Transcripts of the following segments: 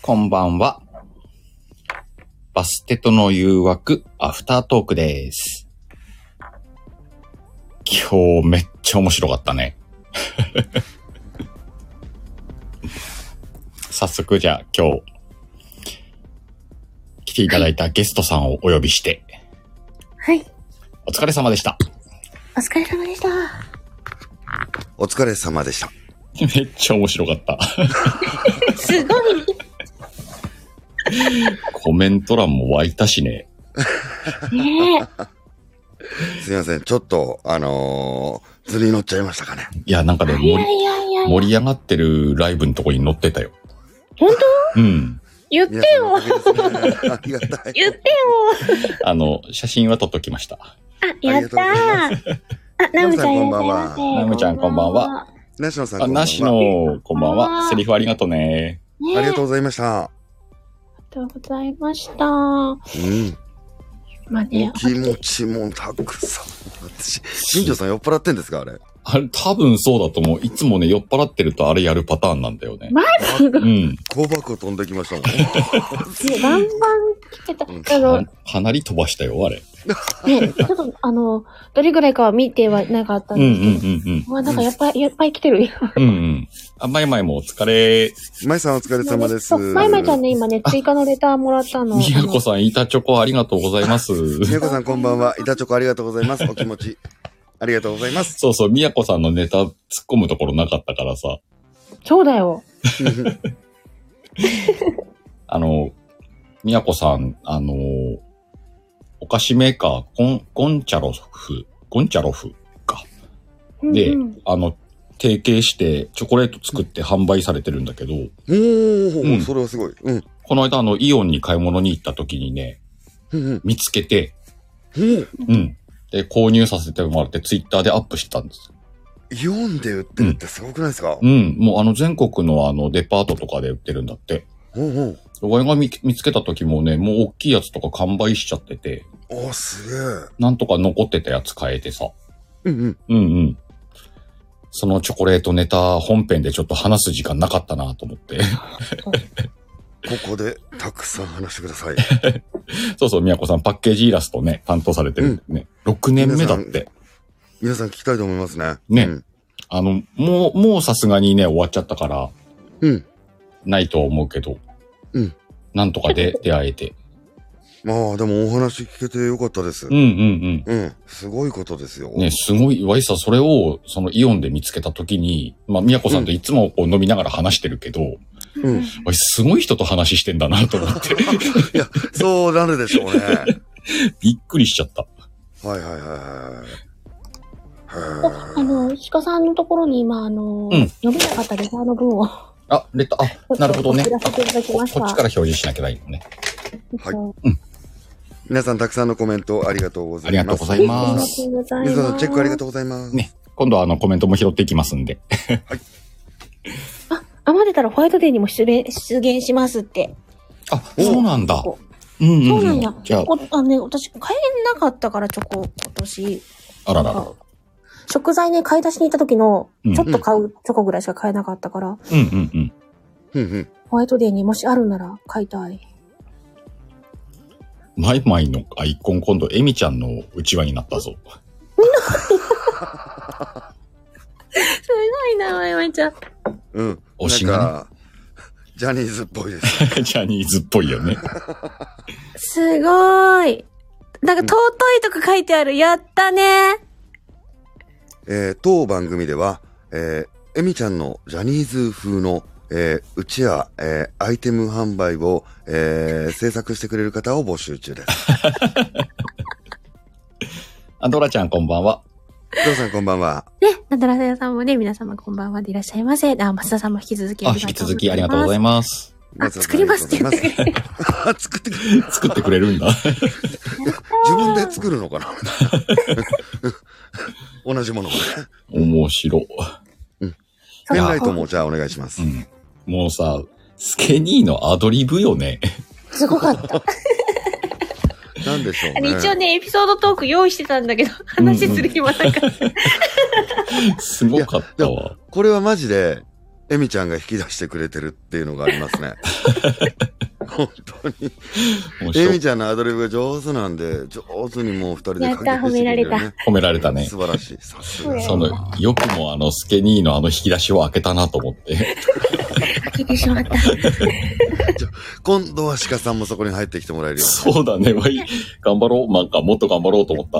こんばんは。バステとの誘惑アフタートークです。今日めっちゃ面白かったね。早速じゃあ今日来ていただいたゲストさんをお呼びして。 はい。 お疲れ様でした。 お疲れ様でした。 お疲れ様でした。 めっちゃ面白かった。 すごい。 コメント欄も湧いたしね。 ねえ。 すいません。ちょっと、図に乗っちゃいましたかね。 いや、なんかね、盛り上がってるライブのとこに載ってたよ。 本当？ うん。 言ってよ。 ありがたい。 言ってよ。 写真は撮っときました。 あ、やったー。あ、ナムちゃんいらっしゃいませ。 ナムちゃんこんばんは。 ナシノさんこんばんは。 ナシノこんばんは。セリフありがとうね。 ありがとうございました。 ありがとうございました。まあね、 気持ちもたくさん。新庄さん酔っ払ってんですかあれ。 あれ多分そうだと思う。いつもね酔っ払ってるとあれやるパターンなんだよね。 マジ？ うん。 小箱飛んできましたもん。 バンバン来てた。 かなり飛ばしたよあれ。 ね、ちょっとどれぐらいかは見てはなかったんですけど。なんかやっぱい来てる。 うんうん。あ、まいまいもお疲れ。 まいさんお疲れ様です。 まいまいちゃんね、今ね、追加のレターもらったの。 みやこさん、板チョコありがとうございます。 みやこさんこんばんは。板チョコありがとうございます。お気持ち。ありがとうございます。 そうそう、みやこさんのネタ突っ込むところなかったからさ。 そうだよ。 みやこさん、お菓子メーカー、ゴンチャロフか。で、提携してチョコレート作って販売されてるんだけど。 それはすごい。 この間イオンに買い物に行った時にね、見つけて、で、購入させてもらってツイッターでアップしてたんです。 イオンで売ってるってすごくないですか？ もう全国のデパートとかで売ってるんだって。俺が見つけた時もね、もう大きいやつとか完売しちゃってて。 すげえ。 なんとか残ってたやつ買えてさ。そのチョコレートネタ本編でちょっと話す時間なかったなと思って。 ここでたくさん話してください。 そうそう、みやこさんパッケージイラストね、担当されてるんでね。6年目だって。 皆さん聞きたいと思いますね。 ね。もうさすがにね、終わっちゃったから。ないとは思うけど。なんとか出会えて。まあ、でもお話聞けてよかったです。すごいことですよ。 ね、すごい、わいさ、それを、イオンで見つけたときに、みやこさんといつもこう飲みながら話してるけど、すごい人と話してんだなと思って。 いや、そうなるでしょうね。 びっくりしちゃった。 鹿さんのところに今、読めなかったレターの文を。 なるほどね。こっちから表示しなきゃないのね。 はい。皆さんたくさんのコメントありがとうございます。 ありがとうございます。 皆さんのチェックありがとうございます。 ね。今度はコメントも拾っていきますんで。 はい。余ってたらホワイトデーにも出現しますって。 そうなんだ。 そうなんだ。 じゃあ、 私買えなかったからチョコ、今年。 あらら。 食材ね、買い出しに行った時の、ちょっと買うチョコぐらいしか買えなかったから。ホワイトデーにもしあるなら買いたい。 マイマイのアイコン今度エミちゃんのうちわになったぞ。 すごいな、マイマイちゃん。 推しがね。 ジャニーズっぽいです。 ジャニーズっぽいよね。 すごーい。なんか尊いとか書いてある。やったね。 当番組では、エミちゃんのジャニーズ風のうちわ、アイテム販売を、制作してくれる方を募集中です。 ドラちゃんこんばんは。 ドラさんこんばんは。 ね、ドラさんもね、皆様こんばんはでいらっしゃいませ。増田さんも引き続き引き続きありがとうございます。 作りますって言ってくれる。 作ってくれるんだ。 自分で作るのかな同じものをね。 面白。 ペンライトもじゃあお願いします。 もうさ、スケニーのアドリブよね。 すごかった。 なんでしょうね。 一応ね、エピソードトーク用意してたんだけど、話する暇なかった。 すごかったわ。 これはマジで、 エミちゃんが引き出してくれてるっていうのがありますね。本当に。エミちゃんのアドリブが上手なんで、上手にもう二人でやった、褒められた。 褒められたね。 素晴らしい。さすが。 よくもスケニーの引き出しを開けたなと思って。 開けてしまった。 今度は鹿さんもそこに入ってきてもらえるよ。 そうだね。頑張ろう。なんかもっと頑張ろうと思った。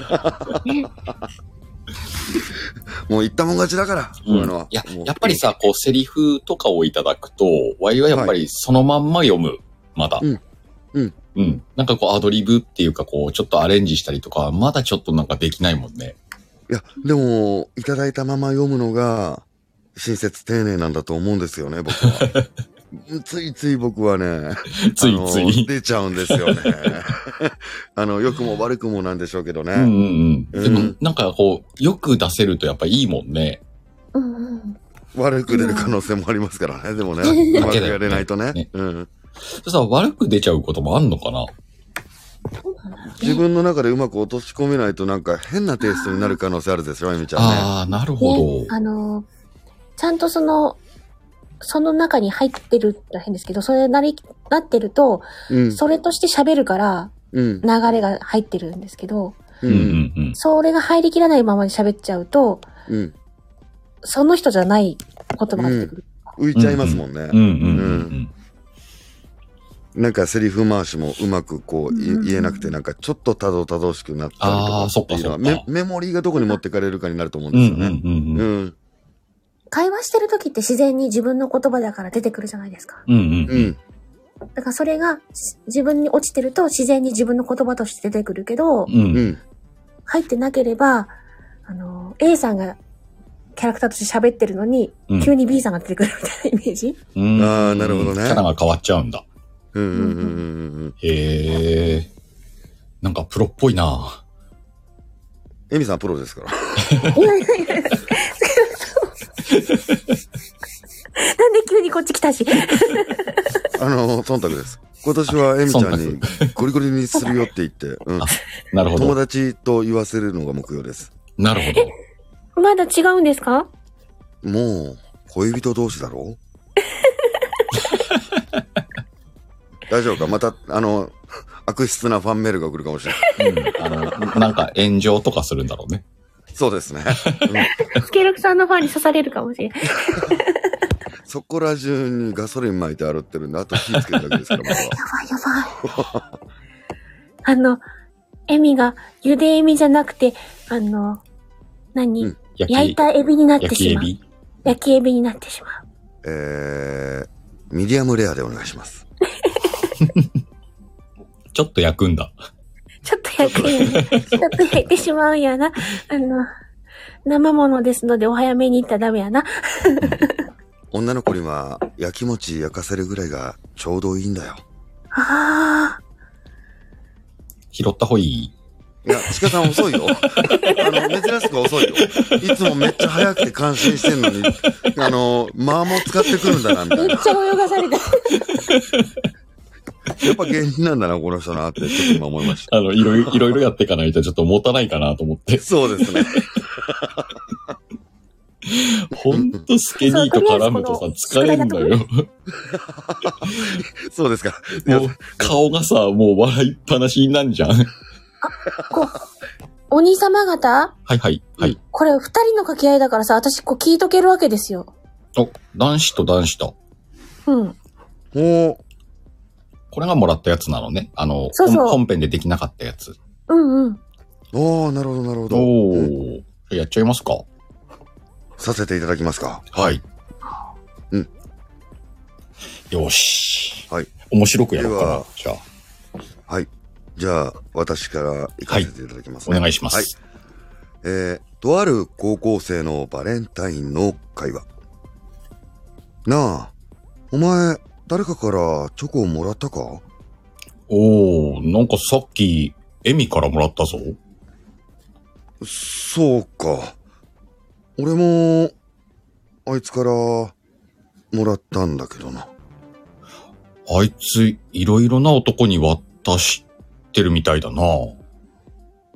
もう言ったもん勝ちだから。 うん、やっぱりさ、セリフとかをいただくと、ワイはやっぱりそのまんま読む。まだ。なんかアドリブっていうかちょっとアレンジしたりとか、まだちょっとなんかできないもんね。 いや、でも、いただいたまま読むのが、親切丁寧なんだと思うんですよね、僕は。ついつい僕はね、 ついつい出ちゃうんですよね。良くも悪くもなんでしょうけどね。 でも、なんかよく出せるとやっぱいいもんね。 悪く出る可能性もありますからね、でもね。うまくやれないとね。 そしたら悪く出ちゃうこともあんのかな？ 自分の中でうまく落とし込めないとなんか変なテイストになる可能性あるですよ、エミちゃんね。 ああ、なるほど。 ちゃんとその中に入ってるって変ですけど、それなってると、それとして喋るから、流れが入ってるんですけど、それが入りきらないままに喋っちゃうと、その人じゃない言葉が出てくる。 浮いちゃいますもんね。なんかセリフ回しもうまく言えなくて、なんかちょっとたどたどしくなったりとかっていうのは、メモリーがどこに持ってかれるかになると思うんですよね。 会話してる時って自然に自分の言葉だから出てくるじゃないですか。だからそれが自分に落ちてると自然に自分の言葉として出てくるけど、入ってなければ、A さんがキャラクターとして喋ってるのに、急に B さんが出てくるみたいなイメージ。 ああ、なるほどね。 キャラが変わっちゃうんだ。へえ。なんかプロっぽいな。 エミさんプロですから。 なんで急にこっち来たし。 忖度です。今年はエミちゃんにゴリゴリにするよって言って、 なるほど。 友達と言わせるのが目標です。 なるほど。 まだ違うんですか？ もう、恋人同士だろ？大丈夫か？また、悪質なファンメールが来るかもしれない。 なんか炎上とかするんだろうね。 そうですね。 スケルクさんのファンに刺されるかもしれない。 そこら中にガソリン巻いて歩ってるんで、あと火つけるだけですから、まだ。 やばい。エミが、ゆでエミじゃなくて、焼いたエビになってしまう。焼きエビになってしまう。ミディアムレアでお願いします。 ちょっと焼くんだ。 ちょっと焼くんやな。ちょっと焼いてしまうんやな。生ものですのでお早めに行ったらダメやな。 女の子には焼き餅焼かせるぐらいがちょうどいいんだよ。 ああ。 拾った方がいい？ いや、鹿さん遅いよ。珍しく遅いよ。いつもめっちゃ早くて感心してんのに、間も使ってくるんだな、みたいな。 めっちゃ泳がされた。 やっぱ芸人なんだな、この人なって、ちょっと今思いました。 いろいろやっていかないとちょっと持たないかなと思って。 そうですね。 ほんとスケニーと絡むとさ、疲れんだよ。 そうですか。 もう、顔がさ、もう笑いっぱなしになんじゃん。 お兄様方？ はい。 これ二人の掛け合いだからさ、私聞いとけるわけですよ。 男子と男子と。これがもらったやつなのね。そう本編でできなかったやつ。 なるほど、なるほど。 やっちゃいますか？ させていただきますか？ はい。よし。 はい。 面白くやろうかな、じゃあ。はい。じゃあ、私から行かせていただきますね。お願いします。 はい。とある高校生のバレンタインの会話。なあ、お前、誰かからチョコをもらったか？ なんかさっき、エミからもらったぞ。 そうか。俺も、あいつから、もらったんだけどな。 あいつ、いろいろな男に渡してるみたいだな。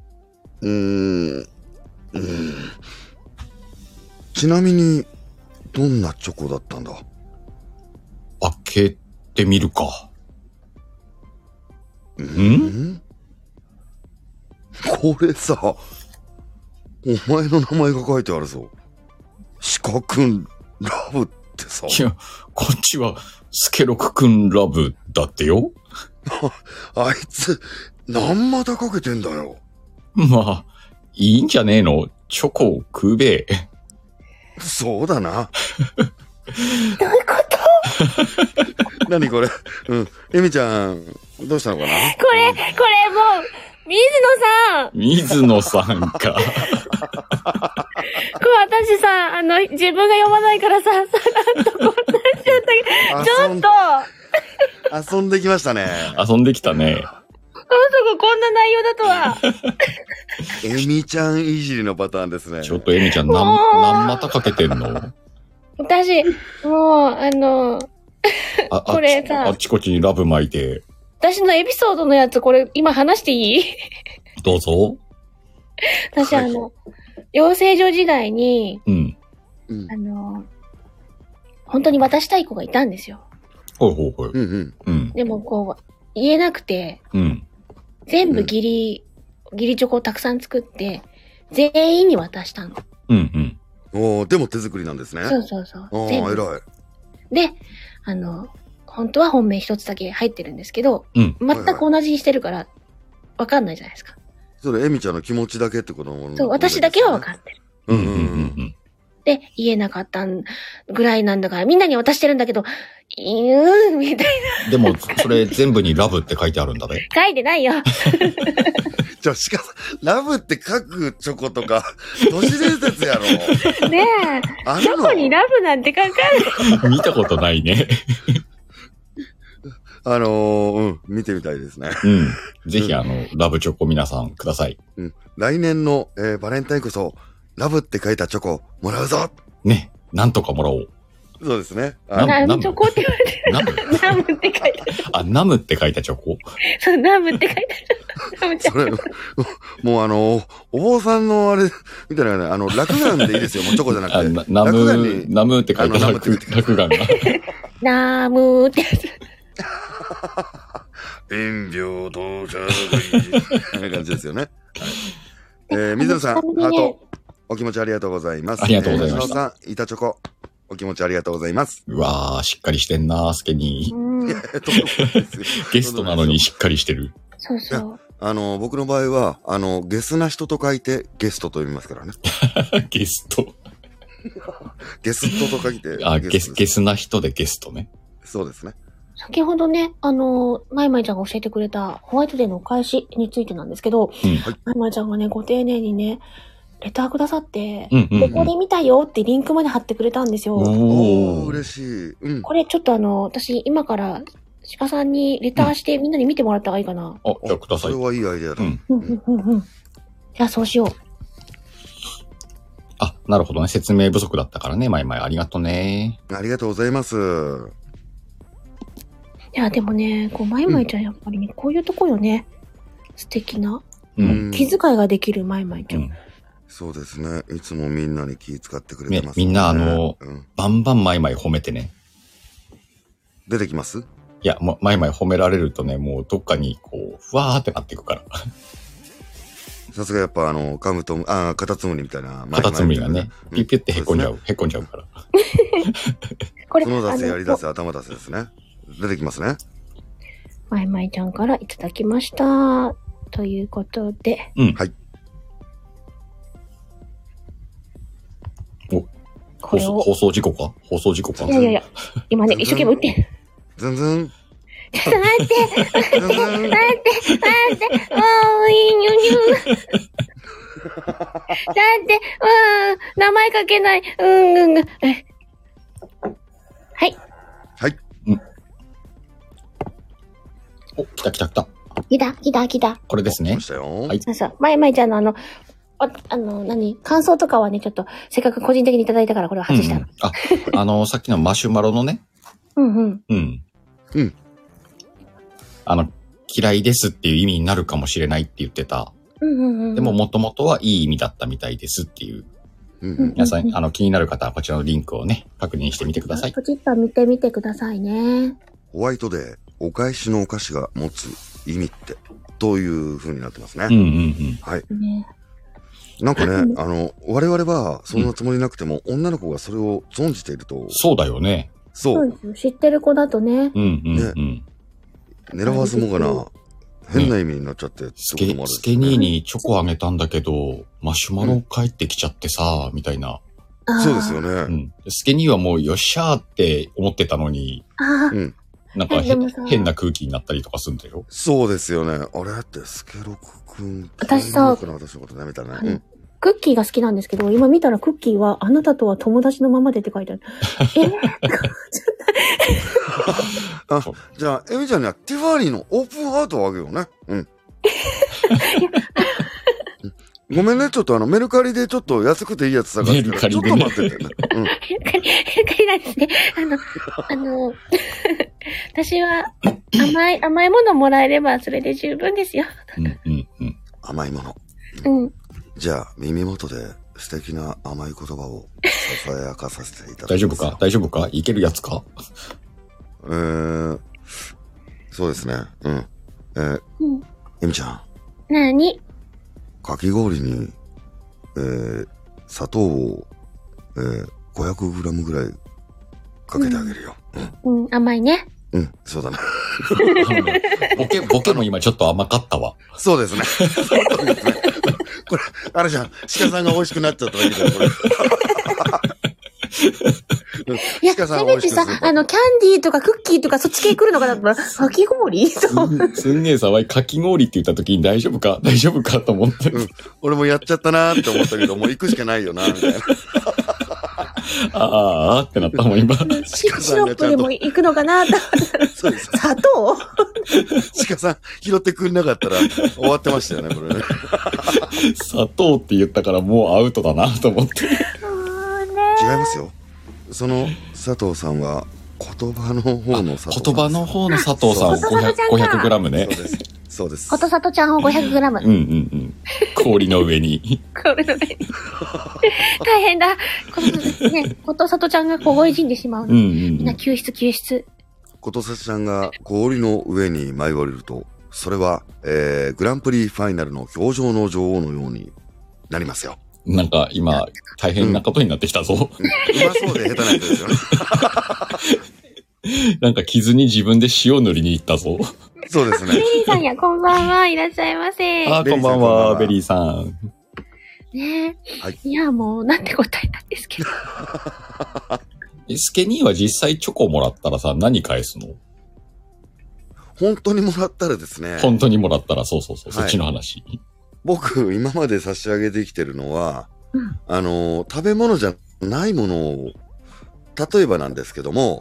ちなみに、 どんなチョコだったんだ？ 開けてみるか。 これさ、お前の名前が書いてあるぞ。鹿くんラブってさ。 いや、こっちはスケロクくんラブだってよ。 あいつ、何股かけてんだよ。 まあ、いいんじゃねえの？チョコを食うべえ。 そうだな。 どういうこと何これ？エミちゃん、どうしたのかな？ これもう、 水野さんか。 これ私さ、自分が読まないからさ、さらっとこうなっちゃったけど、ちょっと遊んできましたね。 遊んできたね。 まさかこんな内容だとは。 エミちゃんいじりのパターンですね。 ちょっとエミちゃん何股かけてんの？ 私、もう、これさ、 あっちこっちにラブ巻いて。 私のエピソードのやつ、これ今話していい？ どうぞ。 私養成所時代に、本当に渡したい子がいたんですよ。 ほいほいほい。 でもこう、言えなくて、全部義理チョコをたくさん作って、全員に渡したの。 でも手作りなんですね。 そう。 偉い。 で、本当は本命一つだけ入ってるんですけど、全く同じにしてるから、わかんないじゃないですか。 それ、エミちゃんの気持ちだけってことも、 そう、私だけはわかってる。で、言えなかったぐらいなんだから、みんなに渡してるんだけど、みたいな。でも、それ全部にラブって書いてあるんだね。 書いてないよ。 しかし、ラブって書くチョコとか、都市伝説やろ。 ねえ。チョコにラブなんて書かない。見たことないね。 見てみたいですね。 ぜひ、ラブチョコ皆さんください。 来年の、バレンタインこそ、ラブって書いたチョコ、もらうぞ。 ね。なんとかもらおう。 そうですね。 ナムチョコって言われてる。ナムって書いてある。 ナムって書いたチョコ？ そう、ナムって書いてある。ナムチョコ。 それ、もうお坊さんのあれ、みたいなね、落眼でいいですよ。もうチョコじゃなくて。 ナムって書いた落眼が。 ナムってやつ。 陰病到着。こんな感じですよね。水野さん、ハート、お気持ちありがとうございます。 ありがとうございます。 水野さん、板チョコ、お気持ちありがとうございます。 うわー、しっかりしてんなー、スケニー。ゲストなのにしっかりしてる。 そうそう。 僕の場合は、ゲスな人と書いて、ゲストと読みますからね。 ゲスト。 ゲストと書いて。 ゲスな人でゲストね。 そうですね。 先ほどね、マイマイちゃんが教えてくれたホワイトデーのお返しについてなんですけど、マイマイちゃんがね、ご丁寧にね、レターくださって、ここで見たよってリンクまで貼ってくれたんですよ。 嬉しい。 これちょっと私、今から鹿さんにレターしてみんなに見てもらった方がいいかな。 じゃあください。 それはいいアイデアだ。 じゃあそうしよう。 なるほどね。説明不足だったからね、マイマイありがとうね。 ありがとうございます。 いや、でもね、マイマイちゃんやっぱりね、こういうとこよね。素敵な。気遣いができるマイマイちゃん。 そうですね。いつもみんなに気遣ってくれてますね。みんなバンバンマイマイ褒めてね。 出てきます？ いや、マイマイ褒められるとね、もうどっかにふわーってなっていくから。 さすがやっぱカタツムリみたいな。 カタツムリがね、ピュピュってへこんじゃうから。 これ、 角出せ、やり出せ、頭出せですね。出てきますね。 マイマイちゃんからいただきました。ということで。 はい。 放送事故かいや。今ね、一生懸命打って。 全然。 ちょっと待って。待って。いいにゅにゅ。だって、名前書けない。はい。 はい。 来た。これですね。 はい。 そう。マイちゃんの感想とかはね、ちょっと、せっかく個人的にいただいたからこれを外したの。さっきのマシュマロのね。嫌いですっていう意味になるかもしれないって言ってた。でも、もともとはいい意味だったみたいですっていう。 皆さん、気になる方はこちらのリンクをね、確認してみてください。 ポチッと見てみてくださいね。 ホワイトデー、お返しのお菓子が持つ意味って、という風になってますね。はい。なんかね、我々はそんなつもりなくても、女の子がそれを存じていると。 そうだよね。 そうですよ。知ってる子だとね。 狙わずもがな、変な意味になっちゃって、 スケニーにチョコあげたんだけど、マシュマロ帰ってきちゃってさ、みたいな。 そうですよね。 スケニーはもうよっしゃーって思ってたのに、なんか変な空気になったりとかするんだよ。 そうですよね。あれってスケロクくん。 私さ、 私のことね、みたいなね。 クッキーが好きなんですけど、今見たらクッキーはあなたとは友達のままでって書いてある。 じゃあ、エミちゃんにはティファーニーのオープンハートをあげようね。ごめんね、ちょっとメルカリでちょっっと安くていいやつ探してる。ちょっと待っててね。 メルカリなんですね。私は甘いものもらえればそれで十分ですよ。 甘いもの。じゃあ、耳元で素敵な甘い言葉をささやかさせていただきます。 大丈夫か大丈夫かいけるやつかそうですね。エミちゃん。 なに？ かき氷に、砂糖を、500g ぐらいかけてあげるよ。 甘いね。 そうだね。 ボケも今ちょっと甘かったわ。 そうですね。そうですね。これ、あれじゃん、鹿さんが美味しくなっちゃっただけじゃん、これ。 いや、せめてさ、キャンディーとかクッキーとかそっち系来るのかなと思ったら、かき氷すんげえさわい、かき氷って言った時に大丈夫かと思って。 俺もやっちゃったなーって思ったけど、もう行くしかないよな、みたいな。 あーってなったもん、今。 シロップでも行くのかなって思ったら、そうです。砂糖鹿さん、拾ってくんなかったら終わってましたよね、これね。 砂糖って言ったからもうアウトだなと思って。 違いますよ。その佐藤さんは言葉の方の佐藤さん。 言葉の方の佐藤さんを 500g ね。 そうです。 ことさとちゃんを 500g。 氷の上に。 氷の上に。大変だ。ことさとちゃんが凍え死んでしまう。みんな救出。 ことさとちゃんが氷の上に舞い降りると、それは、グランプリファイナルの氷上の女王のようになりますよ。 なんか今、大変なことになってきたぞ。 うまそうで下手なやつですよね。 なんか傷に自分で塩塗りに行ったぞ。 そうですね。 ベリーさんや、こんばんは。いらっしゃいませ。 こんばんは、ベリーさん。 ねえ。いや、もう、なんて答えなんですけど。 スケニーは実際チョコもらったらさ、何返すの？ 本当にもらったらですね。 本当にもらったら、そう、そっちの話。 僕、今まで差し上げてきてるのは、食べ物じゃないものを、例えばなんですけども、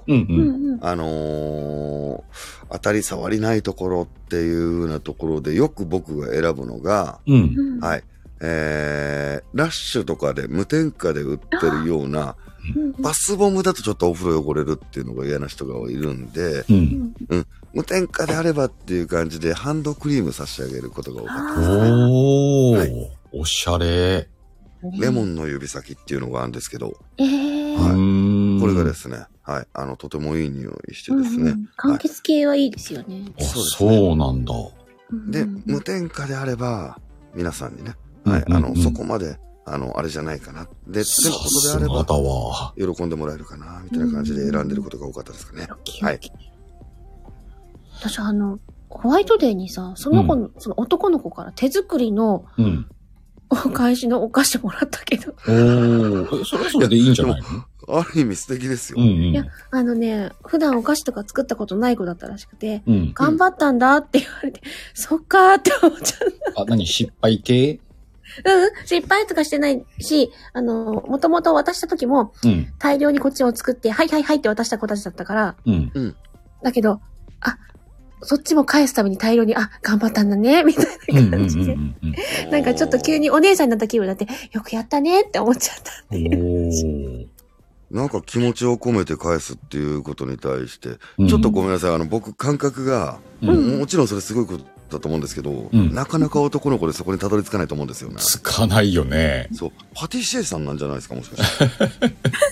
当たり障りないところっていうようなところでよく僕が選ぶのが、はい、ラッシュとかで無添加で売ってるような、バスボムだとちょっとお風呂汚れるっていうのが嫌な人がいるんで、無添加であればっていう感じでハンドクリーム差し上げることが多かったですね。 おしゃれ。 レモンの指先っていうのがあるんですけど、これがですね、とてもいい匂いしてですね。 柑橘系はいいですよね。 そうなんだ。 で、無添加であれば、皆さんにね、そこまで、あれじゃないかな。で、添加ことであれば、喜んでもらえるかな、みたいな感じで選んでることが多かったですかね。はい。 私、ホワイトデーにさ、その男の子から手作りの、お返しのお菓子もらったけど。 それはそれでいいんじゃないの？ ある意味素敵ですよ。 いや、普段お菓子とか作ったことない子だったらしくて、頑張ったんだって言われて、そっかーって思っちゃった。 何失敗系？ 失敗とかしてないし、もともと渡した時も、大量にこっちを作って、はいって渡した子たちだったから、だけど、そっちも返すために大量に、頑張ったんだね、みたいな感じで。なんかちょっと急にお姉さんになった気分になって、よくやったねって思っちゃったっていう。 なんか気持ちを込めて返すっていうことに対して、ちょっとごめんなさい、僕感覚が、もちろんそれすごいことだと思うんですけど、なかなか男の子でそこにたどり着かないと思うんですよね。 つかないよね。 そう。パティシエさんなんじゃないですか、もしかして。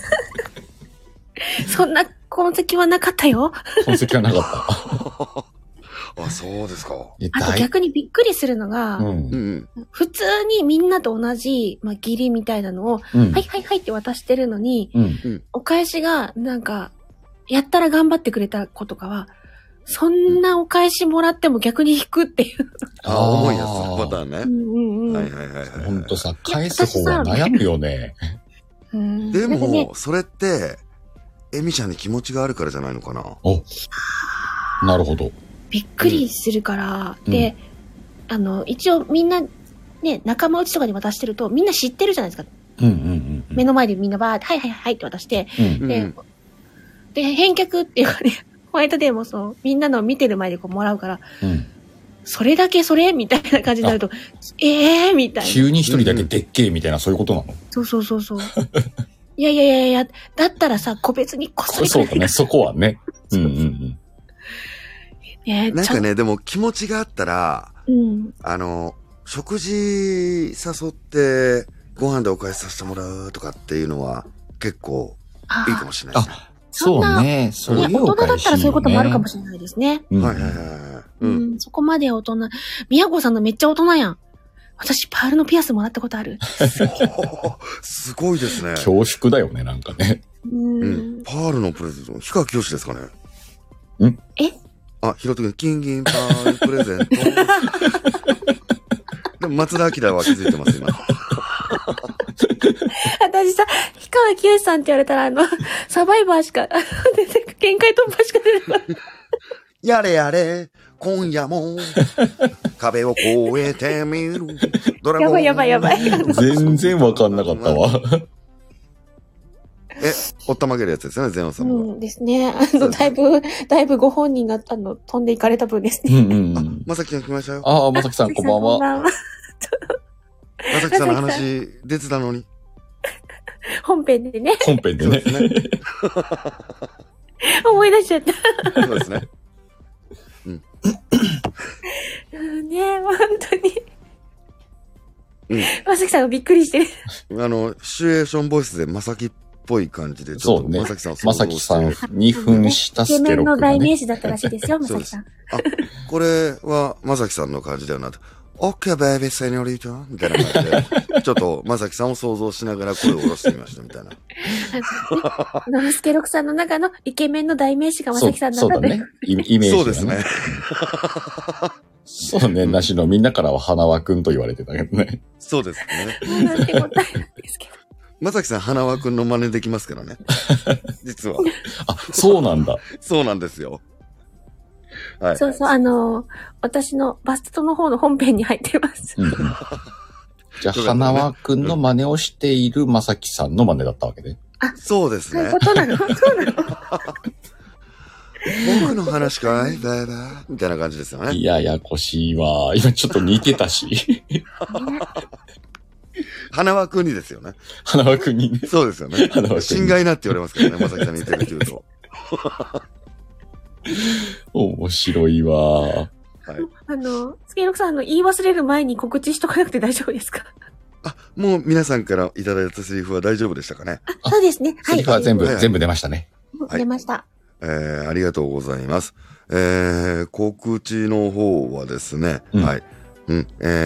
そんな痕跡はなかったよ。 痕跡はなかった。 あ、そうですか。 あと逆にびっくりするのが、普通にみんなと同じ、義理みたいなのを、はいはいはいって渡してるのに、お返しがなんか、やったら頑張ってくれた子とかは、そんなお返しもらっても逆に引くっていう。 思いやすいパターンね。はいはいはい。 ほんとさ、返す方は悩むよね。 でも、それって、エミちゃんに気持ちがあるからじゃないのかな。 なるほど。 びっくりするから、で、一応みんな、ね、仲間内とかに渡してると、みんな知ってるじゃないですか。目の前でみんなバーって、はいはいはいって渡して、で、返却っていうかね、ホワイトデーもそう、みんなの見てる前でこうもらうから、それだけそれみたいな感じになると、みたいな。 急に一人だけでっけえみたいな、そういうことなの？ そう。いや、だったらさ、個別にこっそり。 そうだね、そこはね。 なんかね、でも気持ちがあったら、食事誘ってご飯でお返しさせてもらうとかっていうのは結構いいかもしれないですね。 そうね。そういう大人だったらそういうこともあるかもしれないですね。そこまで大人。宮子さんのめっちゃ大人やん。私、パールのピアスもらったことある。 すごいですね。 恐縮だよね、なんかね。 パールのプレゼント、氷川きよしですかね。ひろとくん、金銀パールプレゼント。でも、松田明は気づいてます、今。 私さ、氷川きよしさんって言われたら、サバイバーしか、限界突破しか出てこない。 やれやれ、今夜も、壁を越えてみる。ドラゴン。 やばい。 全然わかんなかったわ。 おったまげるやつですよね、ゼオンさんも。 ですね。だいぶご本人が、飛んでいかれた分ですね。 まさきさん来ましたよ。 まさきさん、こんばんは。 まさきさんの話、出てたのに。 本編でね。 本編でね。 思い出しちゃった。 そうですね。 ね、本当に。まさきさんがびっくりしてる。 シチュエーションボイスでまさきっぽい感じで、ちょっとまさきさんまさきさん2分したスケロクがね。イケメンの代名詞だったらしいですよ、まさきさん。 これはまさきさんの感じだよなと。OK, baby, señorita みたいな感じで、ちょっとまさきさんを想像しながら声を下ろしてみましたみたいな。 スケロクさんの中のイケメンの代名詞がまさきさんだったんで。 そうだね。イメージ、 そうですね。 そうね、なしのみんなからは花輪くんと言われてたけどね。 そうですね。 なんて答えなんですけど。 まさきさん、花輪くんの真似できますからね。実は。 そうなんだ。 そうなんですよ。 はい。そう、私のバストの方の本編に入ってます。 じゃあ、花輪くんの真似をしているまさきさんの真似だったわけで。 そうですね。 そういうことなの？そうなの？ 僕の話かいバイバイみたいな感じですよね。 ややこしいわ。今ちょっと似てたし。 花輪くんにですよね。 花輪くんにね。 そうですよね。心外なって言われますからね、まさきさんに似てるって言うと。 面白いわ。はい。 スケロクさん、言い忘れる前に告知しとかなくて大丈夫ですか？ もう皆さんからいただいたセリフは大丈夫でしたかね？ そうですね。 はい。セリフは全部出ましたね。 出ました。 ありがとうございます。告知の方はですね、はい。ご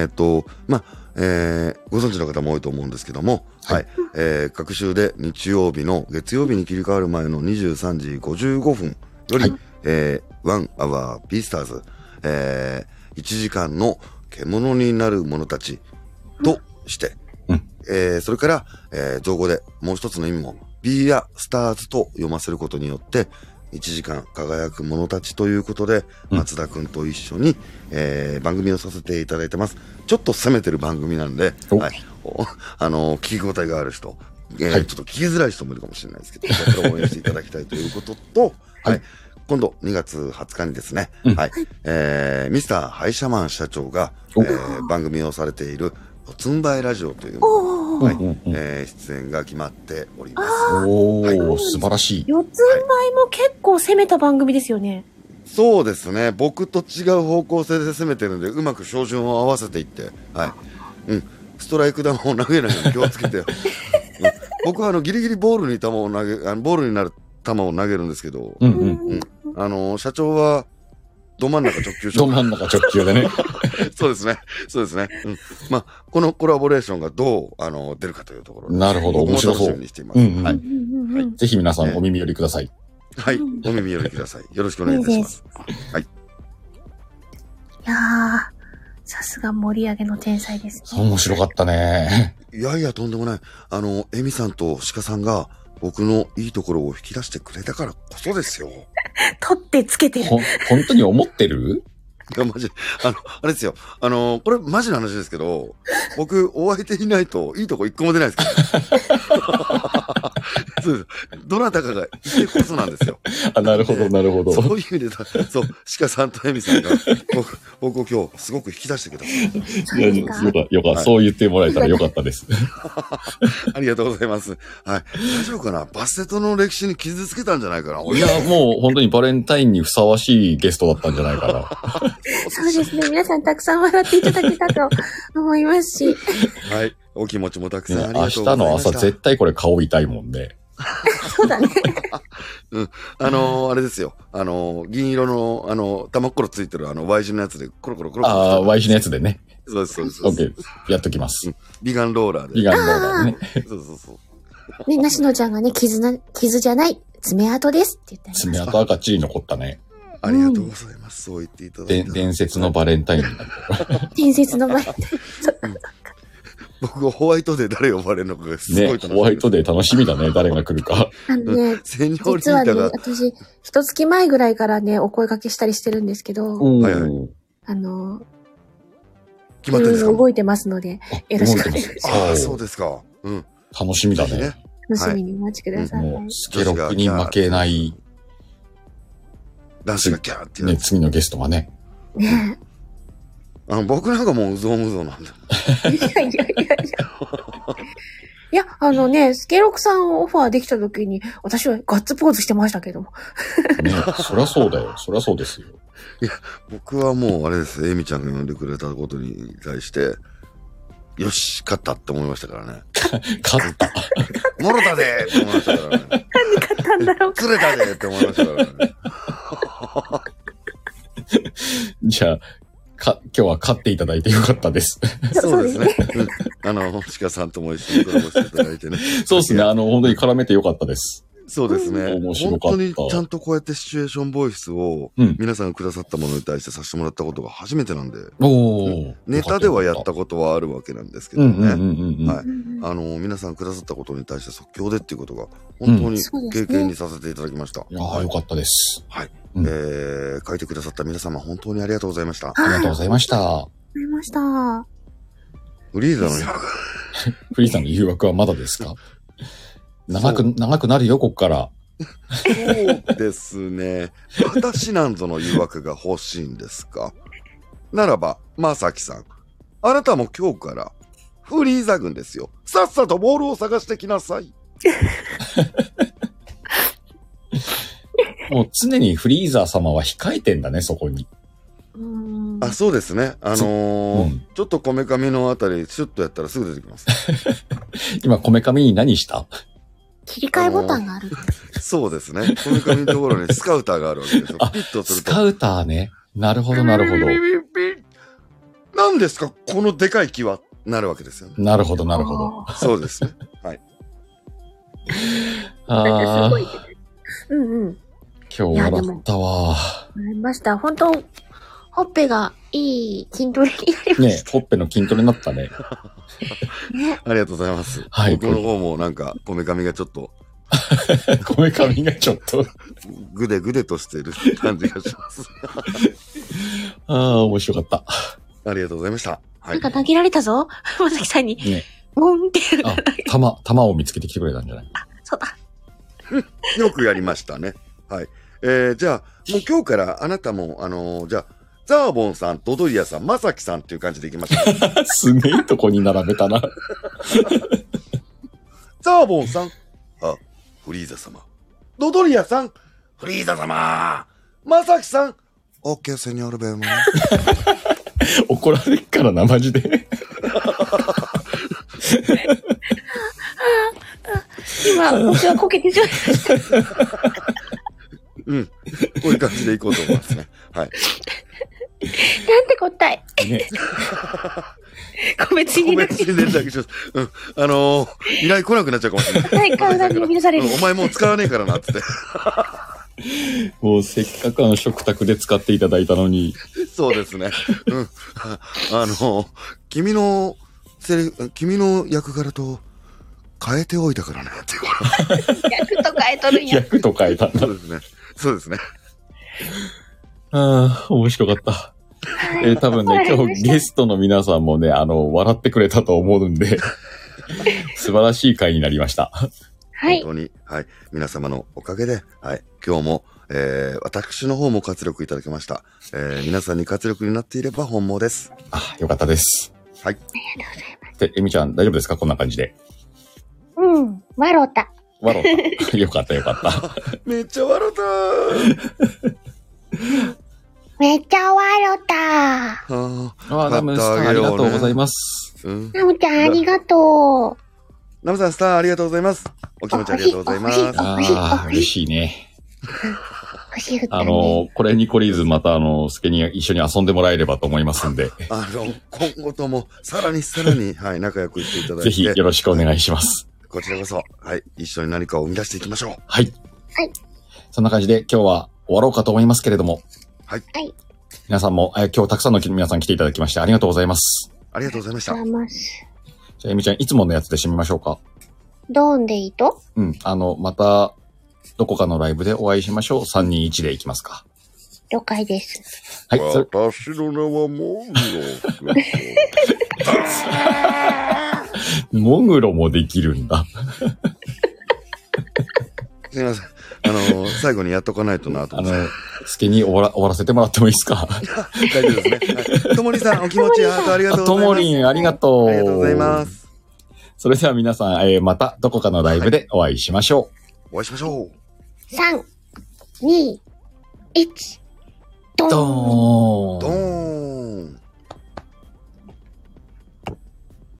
存知の方も多いと思うんですけども、はい。各週で日曜日の月曜日に切り替わる前の23時55分より、1 hour Beastars、1時間の獣になる者たちとして、それから、造語でもう一つの意味も、Be a Stars と読ませることによって、1時間輝く者たちということで、松田くんと一緒に、番組をさせていただいてます。ちょっと攻めてる番組なんで、はい、聞き応えがある人、ちょっと聞きづらい人もいるかもしれないですけど、それを応援していただきたいということと、はい、今度2月20日にですね、はい、ミスターハイシャマン社長が、番組をされている、つんばいラジオというのはい出演が決まっております。 はい、素晴らしい。 四つん這いも結構攻めた番組ですよね。 そうですね。僕と違う方向性で攻めてるんで、うまく照準を合わせていって、はい。うん。ストライク球を投げないように気をつけて。うん、僕はギリギリボールにボールになる球を投げるんですけど、社長は、ど真ん中直球ど真ん中直球でね。 そうですね。そうですね。うん。まあ、このコラボレーションがどう、出るかというところで。 なるほど。面白そう。 楽しみにしています。はい。 ぜひ皆さんお耳寄りください。 はい。お耳寄りください。よろしくお願いいたします。はい。いやー、さすが盛り上げの天才ですね。 面白かったね。 いやいや、とんでもない。エミさんと鹿さんが、僕のいいところを引き出してくれたからこそですよ。 取ってつけてる。 本当に思ってる？ いや、マジ。あれですよ。これマジな話ですけど、僕、お相手いないといいとこ一個も出ないですから。そうです。どなたかがいてこそなんですよ。 あ、なるほど、なるほど。 そういう意味で、そう、鹿さんとエミさんが、僕を今日すごく引き出してください。 よかった。そう言ってもらえたらよかったです。 ありがとうございます。はい。大丈夫かな？バステトの歴史に傷つけたんじゃないかな？ いや、もう本当にバレンタインにふさわしいゲストだったんじゃないかな。 そうですね。皆さんたくさん笑っていただけたと思いますし。 はい。お気持ちもたくさんありがとうございました。 明日の朝絶対これ顔痛いもんで。 そうだね。 うん。あれですよ。銀色の、玉っころついてるY 字のやつでコロコロコロコロ。 ああ、Y 字のやつでね。 そうです、そうです。 OK。やっときます。 美顔ローラーで。 美顔ローラーでね。 そうそうそう。 ね、なしのちゃんがね、傷じゃない、爪痕ですって言って爪痕はがっちり残ったね。 ありがとうございます。そう言っていただいて。 伝説のバレンタインになる。 伝説のバレンタイン。 僕がホワイトデー誰呼ばれるのかがすごい楽しみ。 ね、ホワイトデー楽しみだね、誰が来るか。 セニョリー実はね、 タが。 私、一月前ぐらいからね、お声掛けしたりしてるんですけど、 はいはい。 決まってるんですか？動いてますので、よろしくお願いします。 ああ、そうですか。うん。 楽しみだね。 楽しみにお待ちください。 もう、スケロックに負けない。 男子がキャーってね、次のゲストがね。 ね僕なんかもううぞうむぞうなんだ。 いや、スケロクさんオファーできた時に、私はガッツポーズしてましたけども。 ね、そりゃそうだよ。そりゃそうですよ。 いや、僕はもうあれです。エミちゃんが呼んでくれたことに対して、よし、勝ったって思いましたからね。 勝った。 もろたでーって思いましたからね。 何で勝ったんだろう。 釣れたでーって思いましたからね。 じゃあ、今日は勝っていただいてよかったです。 そうですね。鹿さんとも一緒にコラボしていただいてね。 そうですね。本当に絡めてよかったです。 そうですね。 面白かった。 本当にちゃんとこうやってシチュエーションボイスを皆さんがくださったものに対してさせてもらったことが初めてなんで。ネタではやったことはあるわけなんですけどね。はい。皆さんくださったことに対して即興でっていうことが本当に経験にさせていただきました。 いやー、よかったです。 はい。書いてくださった皆様本当にありがとうございました。 ありがとうございました。 ありました。 フリーザの誘惑。 フリーザの誘惑はまだですか？長くなるよ、こっから。 そうですね。私なんぞの誘惑が欲しいんですか？ならば、まさきさん。あなたも今日からフリーザ軍ですよ。さっさとボールを探してきなさい。 もう常にフリーザー様は控えてんだね、そこに。 あ、そうですね。ちょっとこめかみのあたり、シュッとやったらすぐ出てきます。 今、こめかみに何した？ 切り替えボタンがある。 そうですね。こめかみのところにスカウターがあるわけですよ。ピッとすると。 スカウターね。なるほど、なるほど。 何ですかこのでかい木は、なるわけですよね。 なるほど、なるほど。 そうですね。はい。 ああ。 うんうん。 今日笑ったわ。 笑いました。本当ほっぺがいい筋トレになりました。 ね、ほっぺの筋トレになったね。 ね。 ありがとうございます。 はい。 僕の方もなんか、こめかみがちょっと。 こめかみがちょっと。 ぐでぐでとしている感じがします。 ああ、面白かった。 ありがとうございました。 はい。なんか投げられたぞ。まさきさんに。ね。ボンって。 玉を見つけてきてくれたんじゃない？ あ、そうだ。 よくやりましたね。はい。じゃあ、もう今日からあなたも、じゃあ、ザーボンさん、ドドリアさん、まさきさんっていう感じでいきましょう。 すげえとこに並べたな。 ザーボンさん、フリーザ様。ドドリアさん、フリーザ様。 まさきさん、オッケーセニョルベム。 怒られっからな、マジで。 今、僕はこけてしまいました。 うん。こういう感じでいこうと思いますね。はい。 なんて答え。ね。個別に連絡します。うん。依頼来なくなっちゃうかもしれない。 はい、体に呼びされる。 お前もう使わねえからな、って。 もうせっかく食卓で使っていただいたのに。 そうですね。うん。君の役柄と変えておいたからね、っていう。 役と変えとるんや。 役と変えたんだ。 そうですね。そうですね。 ああ、面白かった。多分ね、今日ゲストの皆さんもね、笑ってくれたと思うんで、素晴らしい回になりました。 はい。 本当に、はい。皆様のおかげで、はい。今日も、私の方も活力いただきました。皆さんに活力になっていれば本望です。 あ、よかったです。 はい。 ありがとうございます。 で、エミちゃん大丈夫ですか？こんな感じで。 うん。笑った。 笑った。よかったよかった。 めっちゃ笑った。 めっちゃ笑った。 ナムさんありがとうございます。 ナムちゃんありがとう。 ナムさんスターありがとうございます。お気持ちありがとうございます。 嬉しいね。 欲しい歌ね。 これに懲りずまたスケに一緒に遊んでもらえればと思いますんで。 今後ともさらに、はい、仲良くしていただいて。 ぜひよろしくお願いします。 こちらこそ、はい、一緒に何かを生み出していきましょう。 はい。 はい。 そんな感じで今日は終わろうかと思いますけれども。 はい。 はい。 皆さんも、今日たくさんの皆さん来ていただきましてありがとうございます。 ありがとうございました。 ありがとうございます。 じゃあ、エミちゃん、いつものやつで締めましょうか。 ドーンでいいと？ うん。また、どこかのライブでお会いしましょう。321でいきますか。 了解です。 はい。私の名はモグロ。モグロもできるんだ。 すみません。最後にやっとかないとなと思って。 スケに終わらせてもらってもいいですか？ 大丈夫ですね。はい、ともりさん、お気持ちありがとうございます。 ともりん、ありがとう。 ありがとうございます。 それでは皆さん、またどこかのライブでお会いしましょう。お会いしましょう。 3、2、1、ドーン。 ドーン。